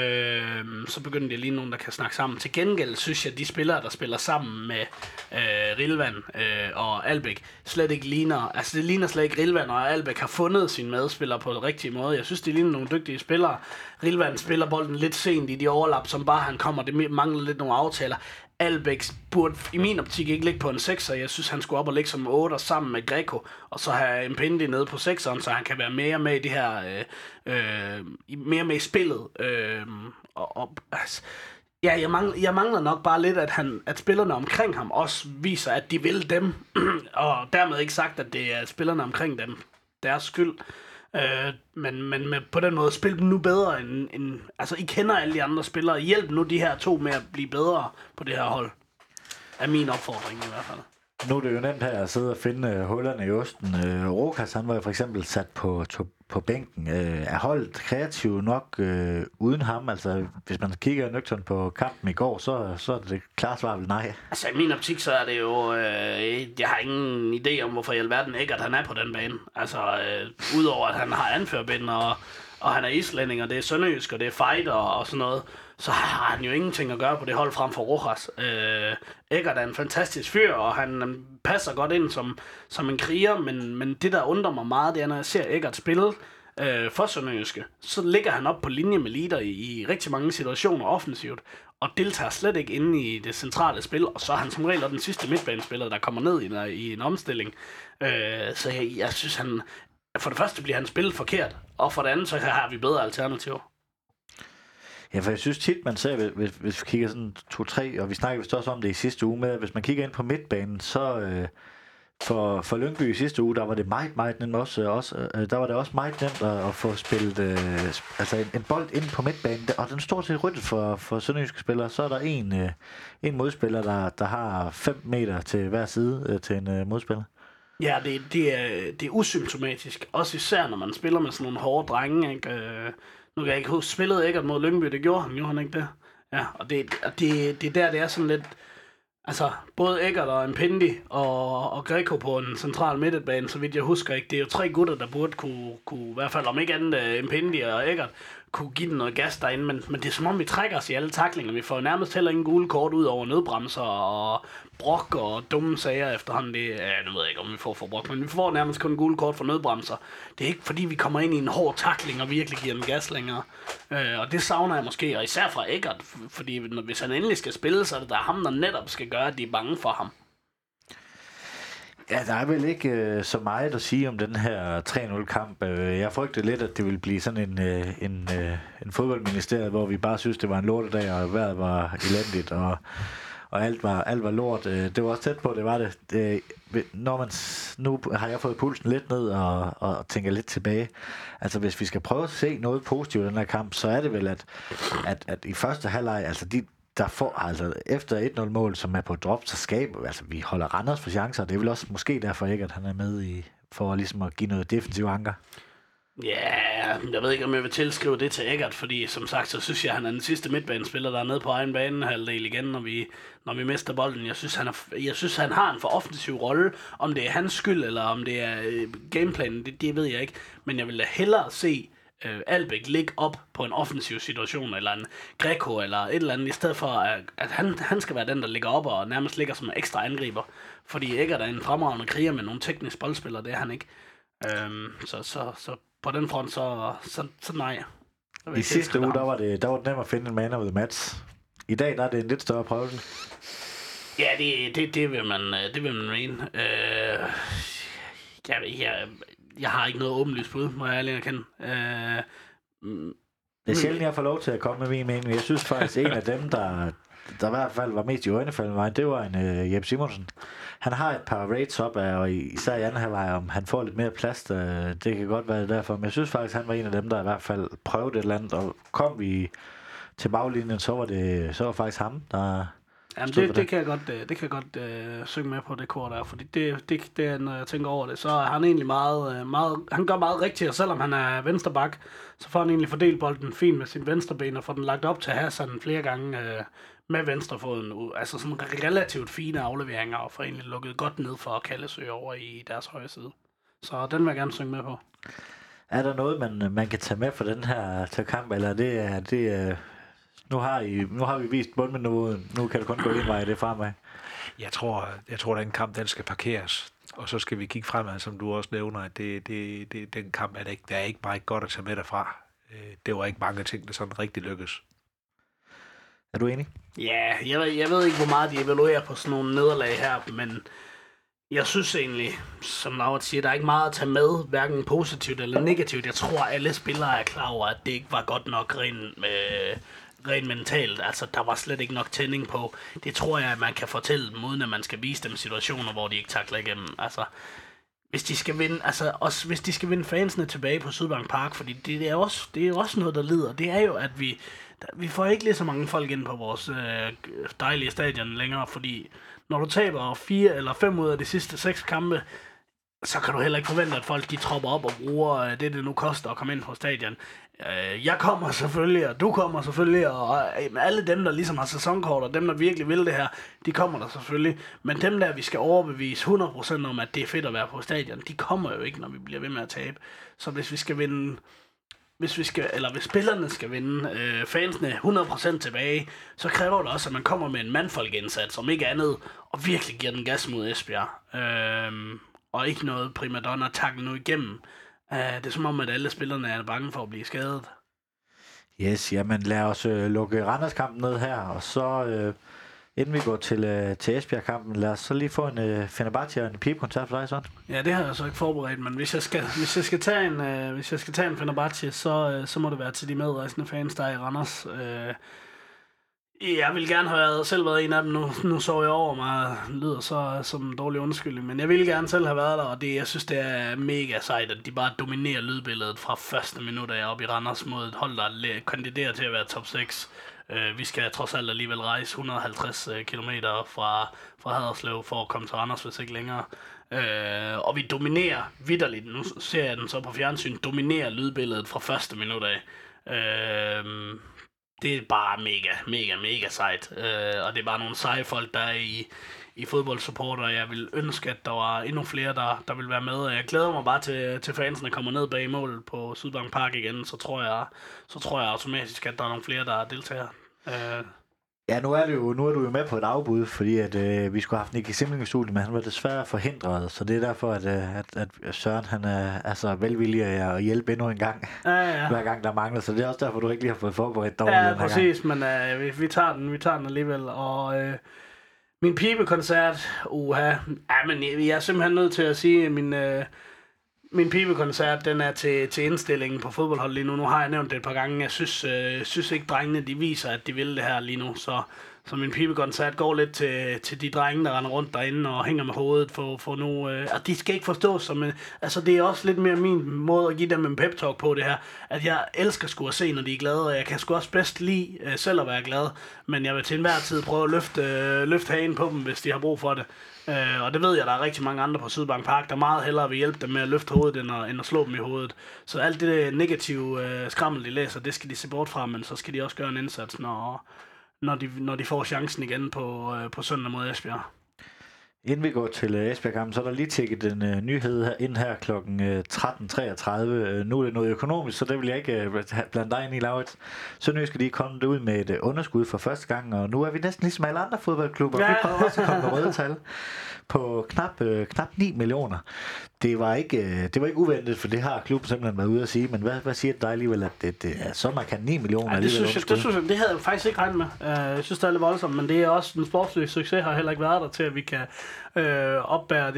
Så begynder de lige nogen, der kan snakke sammen. Til gengæld synes jeg, at de spillere, der spiller sammen med Rilvan og Albæk, slet ikke ligner... Altså det ligner slet ikke Rilvan, og Albæk har fundet sine medspillere på den rigtige måde. Jeg synes, de ligner nogle dygtige spillere. Rilvan spiller bolden lidt sent i de overlap, som bare han kommer. Det mangler lidt nogle aftaler. Albæk burde i min optik ikke ligge på en 6'er. Jeg synes, han skulle op og ligge som 8'er sammen med Greco, og så have en Pindi nede på 6'eren, så han kan være mere med i det her, mere med i spillet. Altså, ja, jeg mangler nok bare lidt, at spillerne omkring ham også viser, at de vil dem, og dermed ikke sagt, at det er spillerne omkring dem deres skyld. Men på den måde, spil dem nu bedre end altså I kender alle de andre spillere. Hjælp nu de her 2 med at blive bedre på det her hold. Er min opfordring i hvert fald. Nu er det jo nemt her at sidde og finde hullerne i osten. Rokas, han var jo for eksempel sat på bænken. Er holdet kreativ nok uden ham? Altså, hvis man kigger nøgternt på kampen i går, så er det klart svar vel nej. Altså, i min optik, så er det jo... jeg har ingen idé om, hvorfor i alverden Eggert han er på den bane. Altså, udover at han har anførbind og han er islænding, og det er sønderjysk, og det er fighter og sådan noget, så har han jo ingenting at gøre på det hold frem for Rojas. Eggert er en fantastisk fyr, og han passer godt ind som en kriger, men det, der undrer mig meget, det er, når jeg ser Eggert spille for sønderjyske, så ligger han op på linje med Lider i rigtig mange situationer offensivt, og deltager slet ikke inde i det centrale spil, og så er han som regel den sidste midtbanespiller, der kommer ned i en omstilling. Så jeg synes, han for det første bliver han spillet forkert, og for det andet, så har vi bedre alternativer. Ja, for jeg synes tit, man ser, hvis vi kigger sådan 2-3, og vi snakker vist også om det i sidste uge med, at hvis man kigger ind på midtbanen, så for Lyngby i sidste uge, der var det meget nemt også, der var det også meget nemt at få spillet altså en bold ind på midtbanen, og den står til ryddet for sønderjyske spillere. Så er der en modspiller, der har 5 meter til hver side til en modspiller. Ja, det er usymptomatisk, også især når man spiller med sådan nogle hårde drenge, ikke? Nu kan jeg ikke huske, spillede Eggert mod Lyngby, det gjorde han ikke det? Ja, og det er der, det er sådan lidt, altså både Eggert og Mpendi og Greco på en central midtbane, så vidt jeg husker ikke, det er jo 3 gutter, der burde kunne i hvert fald om ikke andet Mpendi og Eggert, kunne give den noget gas derinde, men det er som om vi trækker os i alle taklinger. Vi får nærmest heller ingen gule kort ud over nødbremser og brok og dumme sager efterhånden. Nu ved jeg ikke, om vi får for brok, men vi får nærmest kun gule kort for nødbremser. Det er ikke fordi, vi kommer ind i en hård takling og virkelig giver den gas længere. Og det savner jeg måske, og især fra Eggert, fordi hvis han endelig skal spille, så er det der ham, der netop skal gøre, at de er bange for ham. Ja, der er vel ikke så meget at sige om den her 3-0-kamp. Jeg frygtede lidt, at det ville blive sådan en fodboldministeriet, hvor vi bare synes, det var en lortedag, og vejret var elendigt, og alt var lort. Det var også tæt på, det var det. Nu har jeg fået pulsen lidt ned og tænker lidt tilbage. Altså, hvis vi skal prøve at se noget positivt i den her kamp, så er det vel, at i første halvleg, altså der får altså efter 1-0-mål, som er på drop, så skaber altså vi holder Randers for chancer. Det er vel også måske derfor ikke, at han er med for ligesom at give noget defensiv anker. Ja, jeg ved ikke, om jeg vil tilskrive det til Eggert, fordi som sagt, så synes jeg, han er den sidste midtbanespiller, der er nede på egen banehalvdel igen, når vi mister bolden. Jeg synes, han har en for offensiv rolle. Om det er hans skyld, eller om det er gameplanen, det ved jeg ikke. Men jeg vil da hellere se Albæk ligge op på en offensiv situation, eller en Greco, eller et eller andet, i stedet for, at han skal være den, der ligger op og nærmest ligger som en ekstra angriber. Fordi Eggert er en fremragende kriger med nogle tekniske boldspillere, det er han ikke. Så på den front, så nej. I sidste uge, der var det nemt at finde en man of the match. I dag, der er det en lidt større prøvelse. Ja, det vil man mene. Jeg har ikke noget åbenlyst bud, må jeg ærlig erkende. Det er sjældent, jeg får lov til at komme med min mening. Jeg synes faktisk, en af dem, der i hvert fald var mest i øjnefaldet mig, det var en Jeppe Simonsen. Han har et par rates op af, og især i anden halvleg, om han får lidt mere plads, det kan godt være derfor. Men jeg synes faktisk, han var en af dem, der i hvert fald prøvede et eller andet, og kom vi til baglinjen, så var faktisk ham, der... Jamen det kan jeg godt synge med på det kort der, fordi det når jeg tænker over det, så er han egentlig meget, han gør meget rigtigt, og selvom han er vensterbak, så får han egentlig fordelt bolden fint med sin venstreben, og får den lagt op til Hassan flere gange med venstrefoden, altså sådan relativt fine afleveringer, og får egentlig lukket godt ned for Kallesø over i deres højre side. Så den vil jeg gerne synge med på. Er der noget, man kan tage med for den her til kamp, eller det nu har vi vist bundniveauet. Nu kan det kun gå en vej, det fremad. Jeg tror, at den kamp, den skal parkeres. Og så skal vi kigge fremad, som du også nævner, at den kamp der er ikke meget godt at tage med derfra. Det var ikke mange ting, der sådan rigtig lykkes. Er du enig? Ja, jeg ved ikke, hvor meget de evaluerer på sådan nogle nederlag her, men jeg synes egentlig, som Laura siger, der er ikke meget at tage med, hverken positivt eller negativt. Jeg tror, alle spillere er klar over, at det ikke var godt nok rent mentalt. Altså, der var slet ikke nok tænding på. Det tror jeg, at man kan fortælle dem, uden at man skal vise dem situationer, hvor de ikke takler igennem. Altså, hvis de skal vinde, hvis de skal vinde fansene tilbage på Sydbank Park, fordi det er jo også noget, der lider. Det er jo, at vi får ikke lige så mange folk ind på vores dejlige stadion længere, fordi når du taber 4 eller 5 ud af de sidste 6 kampe, så kan du heller ikke forvente, at folk de tropper op og bruger det nu koster at komme ind på stadion. Jeg kommer selvfølgelig, og du kommer selvfølgelig, og alle dem, der ligesom har sæsonkort, og dem, der virkelig vil det her, de kommer der selvfølgelig. Men dem der, vi skal overbevise 100% om, at det er fedt at være på stadion, de kommer jo ikke, når vi bliver ved med at tabe. Så hvis vi skal vinde hvis spillerne skal vinde, fansene 100% tilbage, så kræver det også, at man kommer med en mandfolkeindsats, om ikke andet, og virkelig giver den gas mod Esbjerg. Og ikke noget primadonna-takken nu igennem. Det er som om, at alle spillerne er bange for at blive skadet. Yes, jamen lad os lukke Randers-kampen ned her, og så inden vi går til Esbjerg-kampen, lad os så lige få en Fenerbahce og en pibekoncert for dig, sådan. Ja, det har jeg så ikke forberedt, men hvis jeg skal tage en Fenerbahce, så må det være til de medrejsende fans, der er i Randers. Jeg vil gerne have selv været en af dem. Nu så jeg over mig, lyder så som en dårlig undskyldning, men jeg vil gerne selv have været der, og jeg synes, det er mega sejt, at de bare dominerer lydbilledet fra første minut af oppe i Randers mod et hold, der kandiderer til at være top 6. Vi skal trods alt alligevel rejse 150 km fra Haderslev for at komme til Randers, hvis ikke længere. Og vi dominerer vitterligt, nu ser jeg den så på fjernsyn, dominerer lydbilledet fra første minut af. Det er bare mega sejt. Og det er bare nogle seje folk, der er i fodboldsupporter, og jeg vil ønske, at der var endnu flere, der vil være med. Og jeg glæder mig bare til fansene kommer ned bag målet på Sydbank Park igen, så tror jeg automatisk, at der er nogle flere, der deltager. Ja, nu er du jo med på et afbud, fordi at vi skulle have haft Nicky Simling i studiet, men han var desværre forhindret, så det er derfor, at Søren han er så velvillig at hjælpe endnu en gang, hver gang der mangler, så det er også derfor, du ikke lige har fået forberedt dig. Ja, præcis, men vi tager den alligevel, og min pibekoncert, men jeg er simpelthen nødt til at sige, min pibekoncert, den er til indstillingen på fodboldhold lige nu. Nu har jeg nævnt det et par gange. Jeg synes ikke, drengene de viser, at de vil det her lige nu. Så min pibekoncert går lidt til de drenge, der render rundt derinde og hænger med hovedet for nu. Og de skal ikke forstås som altså det er også lidt mere min måde at give dem en pep-talk på det her. At jeg elsker sgu at se, når de er glade, og jeg kan sgu også bedst lide selv at være glad. Men jeg vil til enhver tid prøve at løfte hagen på dem, hvis de har brug for det. Og det ved jeg, der er rigtig mange andre på Sydbank Park, der meget hellere vil hjælpe dem med at løfte hovedet, end at slå dem i hovedet. Så alt det negative skrammel, de læser, det skal de se bort fra, men så skal de også gøre en indsats, når de får chancen igen på søndag mod Esbjerg. Inden vi går til Esbjerg-kampen, så er der lige tækket en nyhed her, ind her kl. 13.33. Nu er det noget økonomisk, så det vil jeg ikke blande dig ind i, Laurits. Sønderjyske de er kommet ud med et underskud for første gang, og nu er vi næsten ligesom alle andre fodboldklubber. Ja. Vi prøver også at komme med røde tal på knap 9 millioner. Det var ikke uventet, for det har klubben simpelthen været ude at sige, men hvad siger det dig alligevel, at det er så man kan 9 millioner? Ja, det havde jeg faktisk ikke regnet med. Jeg synes, det er lidt voldsomt, men det er også den sportslige succes har heller ikke været der til, at vi kan opbære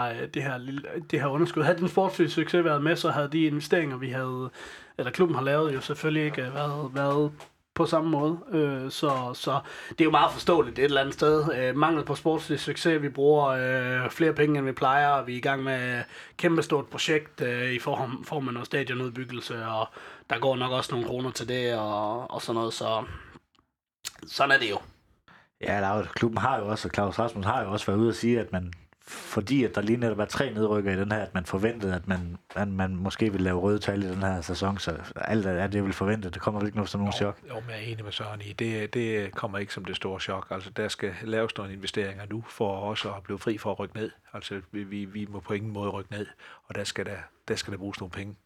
det her underskud. Havde den sportslige succes været med, så havde de investeringer, klubben har lavet, jo selvfølgelig ikke været på samme måde. Så det er jo meget forståeligt et eller andet sted. Mangel på sportslig succes. Vi bruger flere penge, end vi plejer. Vi er i gang med et kæmpestort projekt i form af noget stadionudbyggelse, og der går nok også nogle kroner til det, og sådan noget. Så sådan er det jo. Ja, klubben har jo også, og Claus Rasmussen har jo også været ude at sige, at man, fordi at der lige netop var 3 nedrykker i den her, at man forventede, at man måske ville lave røde tal i den her sæson, så alt er det vil forvente. Det kommer vel ikke noget som nogen chok? Jo, men jeg er enig med Søren i. Det kommer ikke som det store chok. Altså, der skal laves nogle investeringer nu, for også at blive fri for at rykke ned. Altså, vi må på ingen måde rykke ned, og der skal der bruges nogle penge.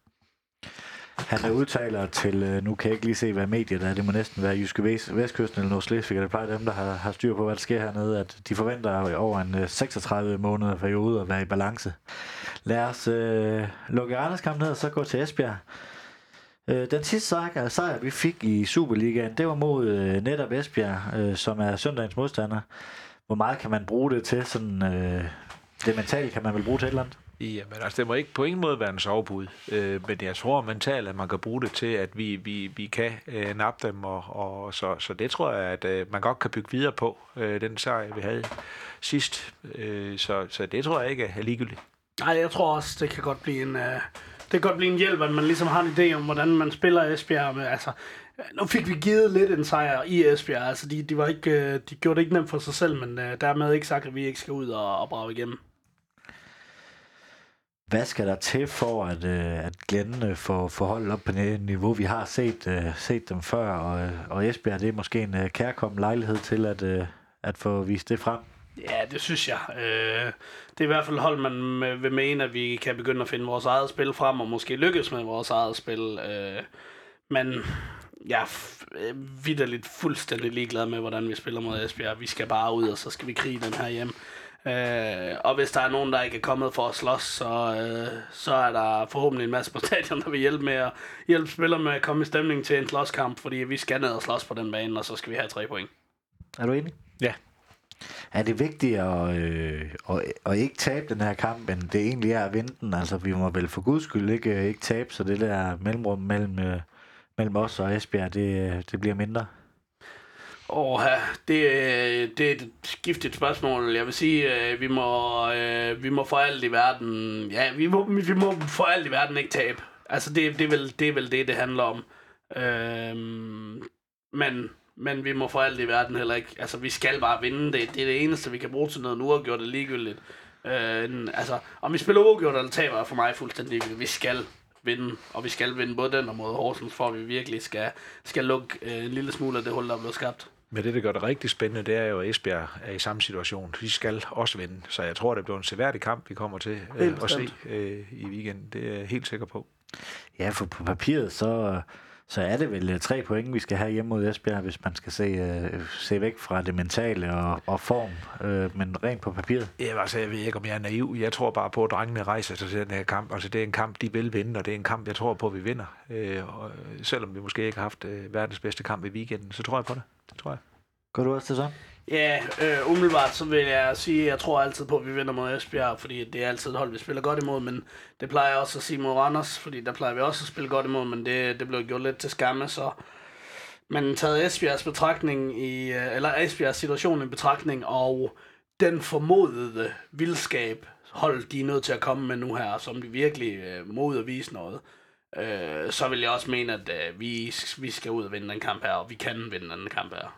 Han udtaler til, nu kan jeg ikke lige se, hvad mediet er, det må næsten være Jyske Vestkysten eller Nordslesvig, det plejer dem, der har styr på, hvad der sker hernede, at de forventer over en 36 måneder periode at være i balance. Lad os lukke Randers-kampen ned og så gå til Esbjerg. Den sidste sejr, vi fik i Superligaen, det var mod netop Esbjerg, som er søndagens modstander. Hvor meget kan man bruge det til? Sådan, det mentale kan man vel bruge til et eller andet? Jamen, altså, det må ikke på ingen måde være en sovebud, men jeg tror mentalt, at man kan bruge det til, at vi kan nappe dem, og så det tror jeg, at man godt kan bygge videre på, den sejr, vi havde sidst. Så det tror jeg ikke er ligegyldigt. Nej, jeg tror også, det kan godt blive en hjælp, at man ligesom har en idé om, hvordan man spiller Esbjerg. Men, altså, nu fik vi givet lidt en sejr i Esbjerg. Altså, de gjorde det ikke nemt for sig selv, men dermed ikke sagt, at vi ikke skal ud og brage igennem. Hvad skal der til for, at Glenn får holdet op på det niveau, vi har set dem før, og Esbjerg, det er måske en kærkommen lejlighed til at få vist det frem? Ja, det synes jeg. Det er i hvert fald hold, man vil mene, at vi kan begynde at finde vores eget spil frem, og måske lykkes med vores eget spil. Men jeg er vitterligt fuldstændig ligeglad med, hvordan vi spiller mod Esbjerg. Vi skal bare ud, og så skal vi krige den her hjem. Og hvis der er nogen, der ikke er kommet for at slås, så er der forhåbentlig en masse på stadion, der vil hjælpe spillere med at komme i stemning til en slåskamp, fordi vi skal ned og slås på den bane, og så skal vi have 3 point. Er du enig? Ja. Er det vigtigt at ikke tabe den her kamp, men det egentlig er at vinde den? Altså, vi må vel for guds skyld ikke tabe, så det der mellemrum mellem os og Esbjerg, det bliver mindre. Det er et giftigt spørgsmål. Jeg vil sige, vi må for alt i verden... Ja, vi må for alt i verden ikke tabe. Altså, det er vel det handler om. Men vi må for alt i verden heller ikke... Altså, vi skal bare vinde. Det er det eneste, vi kan bruge til noget nu, og gøre det ligegyldigt. Om vi spiller uafgjort eller taber, for mig fuldstændig ligegyldigt. Vi skal vinde, og vi skal vinde både den og mod Horsens, for at vi virkelig skal lukke en lille smule af det hul, der er blevet skabt. Men det gør det rigtig spændende, det er jo, at Esbjerg er i samme situation. De skal også vinde, så jeg tror, det bliver en seværdig kamp, vi kommer til at se i weekenden. Det er jeg helt sikker på. Ja, for på papiret, så er det vel 3 point, vi skal have hjemme mod Esbjerg, hvis man skal se væk fra det mentale og form, men rent på papiret. Ja, altså, jeg ved ikke, om jeg er naiv. Jeg tror bare på, at drengene rejser sig til den her kamp. Altså, det er en kamp, de vil vinde, og det er en kamp, jeg tror på, at vi vinder. Og selvom vi måske ikke har haft verdens bedste kamp i weekenden, så tror jeg på det. Det tror jeg. Går du også til sådan? Ja, umiddelbart så vil jeg sige, at jeg tror altid på, at vi vinder mod Esbjerg, fordi det er altid et hold, vi spiller godt imod, men det plejer jeg også at sige mod Randers, fordi der plejer vi også at spille godt imod, men det blev gjort lidt til skamme, så man taget Esbjergs betragtning eller Esbjergs situation i betragtning, og den formodede vildskab hold, de er nødt til at komme med nu her, som de virkelig mod at vise noget, så vil jeg også mene, at vi skal ud og vinde den kamp her, og vi kan vinde den kamp her.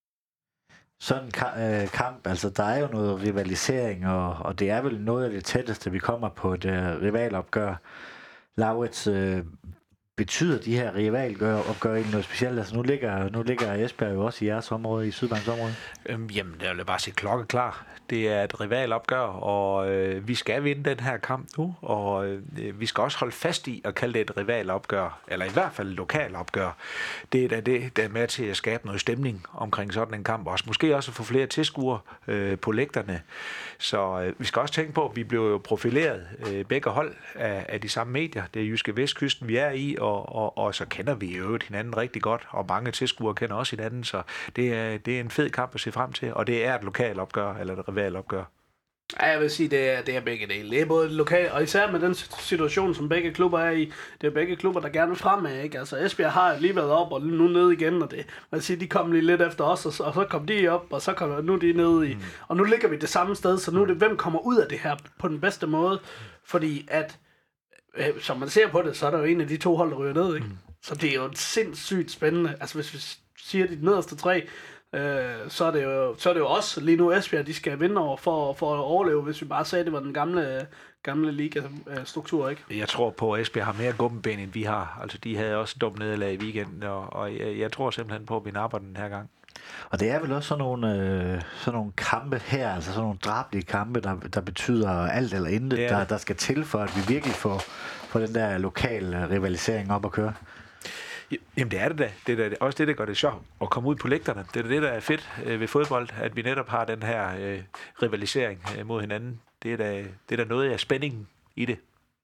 Sådan en kamp, altså der er jo noget rivalisering, og det er vel noget af det tætteste, vi kommer på et rivalopgør. Laurits, betyder de her rivalopgør egentlig noget specielt? Altså nu ligger Esbjerg jo også i jeres område, i Sydbanks område. Jamen, det vil jeg bare sige klokkeklar. Det er et rivalopgør, og vi skal vinde den her kamp nu, og vi skal også holde fast i at kalde det et rivalopgør, eller i hvert fald et lokalopgør. Det er da det, der er med til at skabe noget stemning omkring sådan en kamp, og måske også få flere tilskuere på lægterne. Så vi skal også tænke på, at vi blev jo profileret begge hold af de samme medier. Det er Jyske Vestkysten, vi er i, og så kender vi jo hinanden rigtig godt, og mange tilskuere kender også hinanden, så det er en fed kamp at se frem til, og det er et lokalopgør, eller et rivalopgør. Ja, jeg vil sige, det er begge dele. Det er både lokalt, og især med den situation, som begge klubber er i. Det er begge klubber, der gerne vil fremad, ikke? Altså Esbjerg har lige været op, og nu ned igen, og det, man siger, de kom lige lidt efter os, og så kom de op, og så kom nu de ned i. Og nu ligger vi det samme sted, så nu er det, hvem kommer ud af det her på den bedste måde. Fordi at, som man ser på det, så er der jo en af de 2 hold, der ryger ned, ikke? Så det er jo sindssygt spændende. Altså hvis vi siger de nederste 3, så er det jo også lige nu Esbjerg, de skal vinde over for at overleve, hvis vi bare sagde, at det var den gamle liga-struktur, ikke? Jeg tror på, at Esbjerg har mere gummeben, end vi har. Altså, de havde også dumt nederlag i weekenden, og jeg tror simpelthen på, at vi napper den her gang. Og det er vel også sådan nogle kampe her, altså sådan nogle drabelige kampe, der betyder alt eller intet, der skal til for, at vi virkelig får den der lokale rivalisering op at køre. Jamen det er det da. Det er da også det, der gør det sjovt at komme ud på lægterne. Det er det, der er fedt ved fodbold, at vi netop har den her rivalisering mod hinanden. Det er da noget af spændingen i det.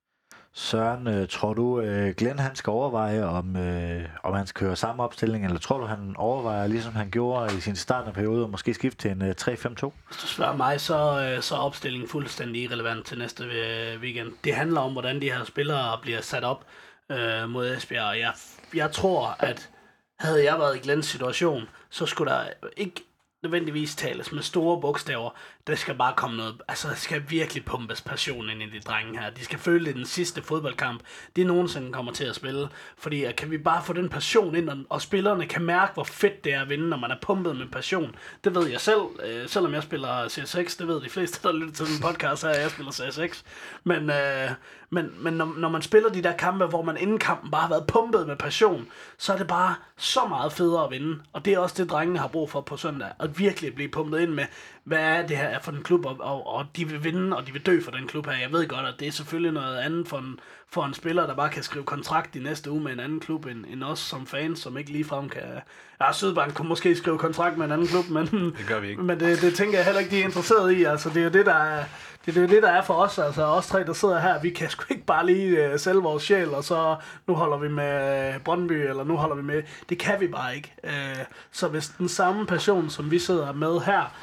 Søren, tror du, Glenn han skal overveje, om han skal køre samme opstilling, eller tror du, han overvejer, ligesom han gjorde i sin startende periode, og måske skifte til en 3-5-2? Hvis du spørger mig, så er opstillingen fuldstændig irrelevant til næste weekend. Det handler om, hvordan de her spillere bliver sat op mod Esbjerg. Jeg tror, at havde jeg været i Glens situation, så skulle der ikke nødvendigvis tales med store bogstaver. Der skal bare komme noget, altså der skal virkelig pumpes passion ind i de drenge her. De skal føle, det er den sidste fodboldkamp, de nogensinde kommer til at spille. Fordi kan vi bare få den passion ind, og spillerne kan mærke, hvor fedt det er at vinde, når man er pumpet med passion. Det ved jeg selv, selvom jeg spiller CS6, det ved de fleste, der lytter til den podcast her, jeg spiller CS6. Men når man spiller de der kampe, hvor man inden kampen bare har været pumpet med passion, så er det bare så meget federe at vinde. Og det er også det, drengene har brug for på søndag. At virkelig blive pumpet ind med, hvad er det her for en klub, og de vil vinde, og de vil dø for den klub her. Jeg ved godt, at det er selvfølgelig noget andet for en spiller, der bare kan skrive kontrakt i næste uge med en anden klub, end os som fans, som ikke ligefrem kan... Ja, Sydbank kunne måske skrive kontrakt med en anden klub, men det gør vi ikke. Men det tænker jeg heller ikke, de er interesseret i. Altså, det er jo det, der er... Det er jo det, der er for os, altså os tre, der sidder her. Vi kan sgu ikke bare lige sælge vores sjæl, og så nu holder vi med Brøndby, eller nu holder vi med... Det kan vi bare ikke. Så hvis den samme passion, som vi sidder med her,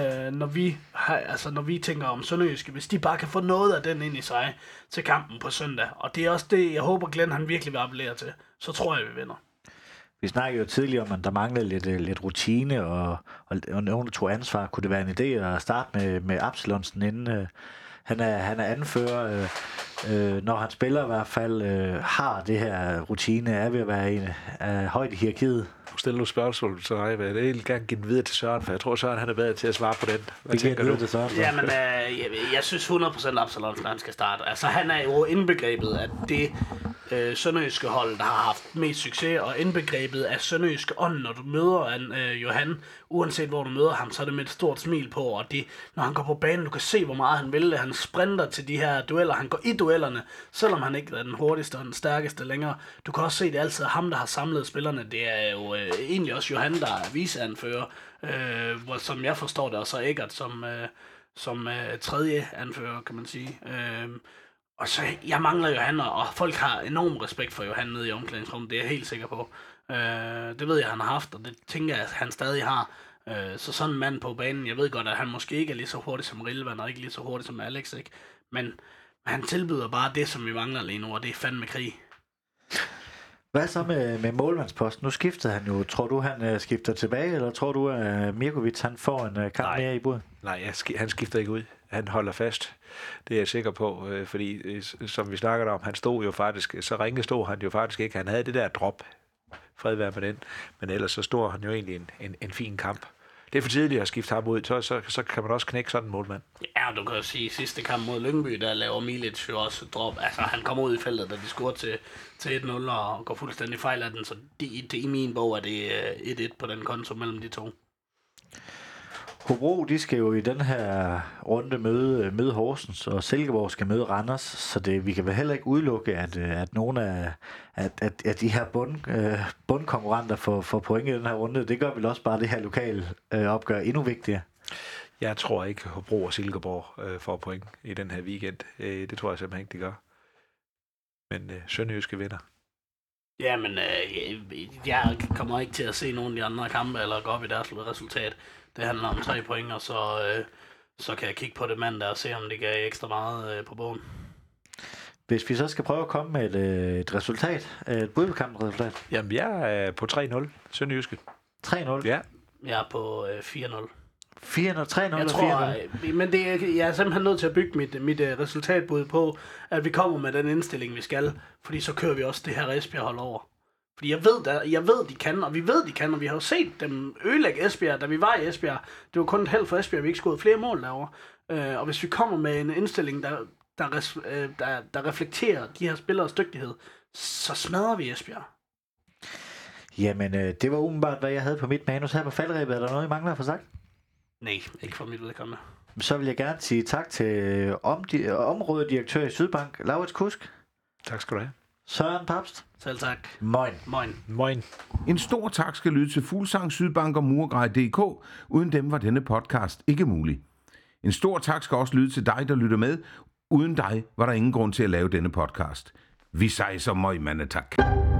når vi tænker om Sønderjyske, hvis de bare kan få noget af den ind i sig til kampen på søndag, og det er også det, jeg håber Glenn han virkelig vil appellere til, så tror jeg, vi vinder. Vi snakkede jo tidligere om, at der manglede lidt rutine, og nogen, der tog ansvar. Kunne det være en idé at starte med Absalonsen, inden han er anfører, når han spiller i hvert fald, har det her rutine, er ved at være en højt i hierarkiet? Nu stiller du spørgsmål til mig, men jeg vil gerne give den videre til Søren, for jeg tror, Søren han er bedre til at svare på den. Hvad tænker du? Til Søren, jamen, jeg synes 100% Absalonsen, han skal starte. Altså, han er jo indbegrebet af det sønderjyske hold, der har haft mest succes, og indbegrebet af sønderjyske ånd, når du møder Johan, uanset hvor du møder ham, så er det med et stort smil på, og det, når han går på banen, du kan se, hvor meget han vil det. Han sprinter til de her dueller, han går i duellerne, selvom han ikke er den hurtigste og den stærkeste længere. Du kan også se, det er altid ham, der har samlet spillerne. Det er jo egentlig også Johan, der er viceanfører, som jeg forstår det, og så Eggert som tredje anfører, kan man sige. Og så, jeg mangler Johan, og folk har enorm respekt for Johan nede i omklædningsrummet, det er jeg helt sikker på. Det ved jeg, han har haft, og det tænker jeg, at han stadig har. Så sådan en mand på banen, jeg ved godt, at han måske ikke er lige så hurtig som Rilvan, og ikke lige så hurtig som Alex, ikke? Men han tilbyder bare det, som vi mangler lige nu, og det er fandme krig. Hvad så med målmandsposten? Nu skiftede han jo. Tror du, han skifter tilbage, eller tror du, at Mirkovic han får en kamp mere i budet? Nej, han skifter ikke ud. Han holder fast. Det er jeg sikker på, fordi som vi snakkede om, han stod jo faktisk, så ringe stod han jo faktisk ikke. Han havde det der drop, fred være med den, men ellers så stod han jo egentlig en fin kamp. Det er for tidligt at skifte ham ud, så kan man også knække sådan en målmand. Ja, du kan jo sige, sidste kamp mod Lyngby, der laver Milic jo også drop. Altså, han kommer ud i feltet, da de scorer til 1-0 og går fuldstændig fejl af den, så det i min bog er det 1-1 på den konto mellem de to. Hobro, de skal jo i den her runde møde Horsens, og Silkeborg skal møde Randers, så vi kan vel heller ikke udelukke, at nogle af de her bundkonkurrenter får point i den her runde. Det gør vel også bare det her lokale opgør endnu vigtigere. Jeg tror ikke, Hobro og Silkeborg får point i den her weekend. Det tror jeg simpelthen ikke, de gør. Men Sønderjyske vinder. Ja, men jeg kommer ikke til at se nogen af de andre kampe, eller gå op i deres resultat. Det handler om 3 point, og så kan jeg kigge på det mandag og se, om det gav ekstra meget på bogen. Hvis vi så skal prøve at komme med et resultat, et bud på kampens resultat. Jamen, jeg er på 3-0, Sønderjyske. 3-0? Ja. Jeg er på 4-0. 4-0, 3-0 jeg tror, 4-0? Men jeg er simpelthen nødt til at bygge mit resultatbud på, at vi kommer med den indstilling, vi skal, fordi så kører vi også det her Esbjerg-hold over. Fordi jeg ved, de kan, og vi ved, de kan, og vi har jo set dem ødelægge Esbjerg, da vi var i Esbjerg. Det var kun et held for Esbjerg, vi ikke skåede flere mål derovre. Og hvis vi kommer med en indstilling, der reflekterer de her spilleres dygtighed, så smadrer vi Esbjerg. Jamen, det var umiddelbart, hvad jeg havde på mit manus her på faldrebet. Er der noget, I mangler at få sagt? Nej, ikke for mit vedkommende. Så vil jeg gerne sige tak til områdedirektør i Sydbank, Laurits Kusk. Tak skal du have. Søren Papst. Selv tak. Moin. Moin. Moin. En stor tak skal lyde til Fuglsang, Sydbank og Murgrej.dk. Uden dem var denne podcast ikke mulig. En stor tak skal også lyde til dig, der lytter med. Uden dig var der ingen grund til at lave denne podcast. Vi siger så møg, mande tak.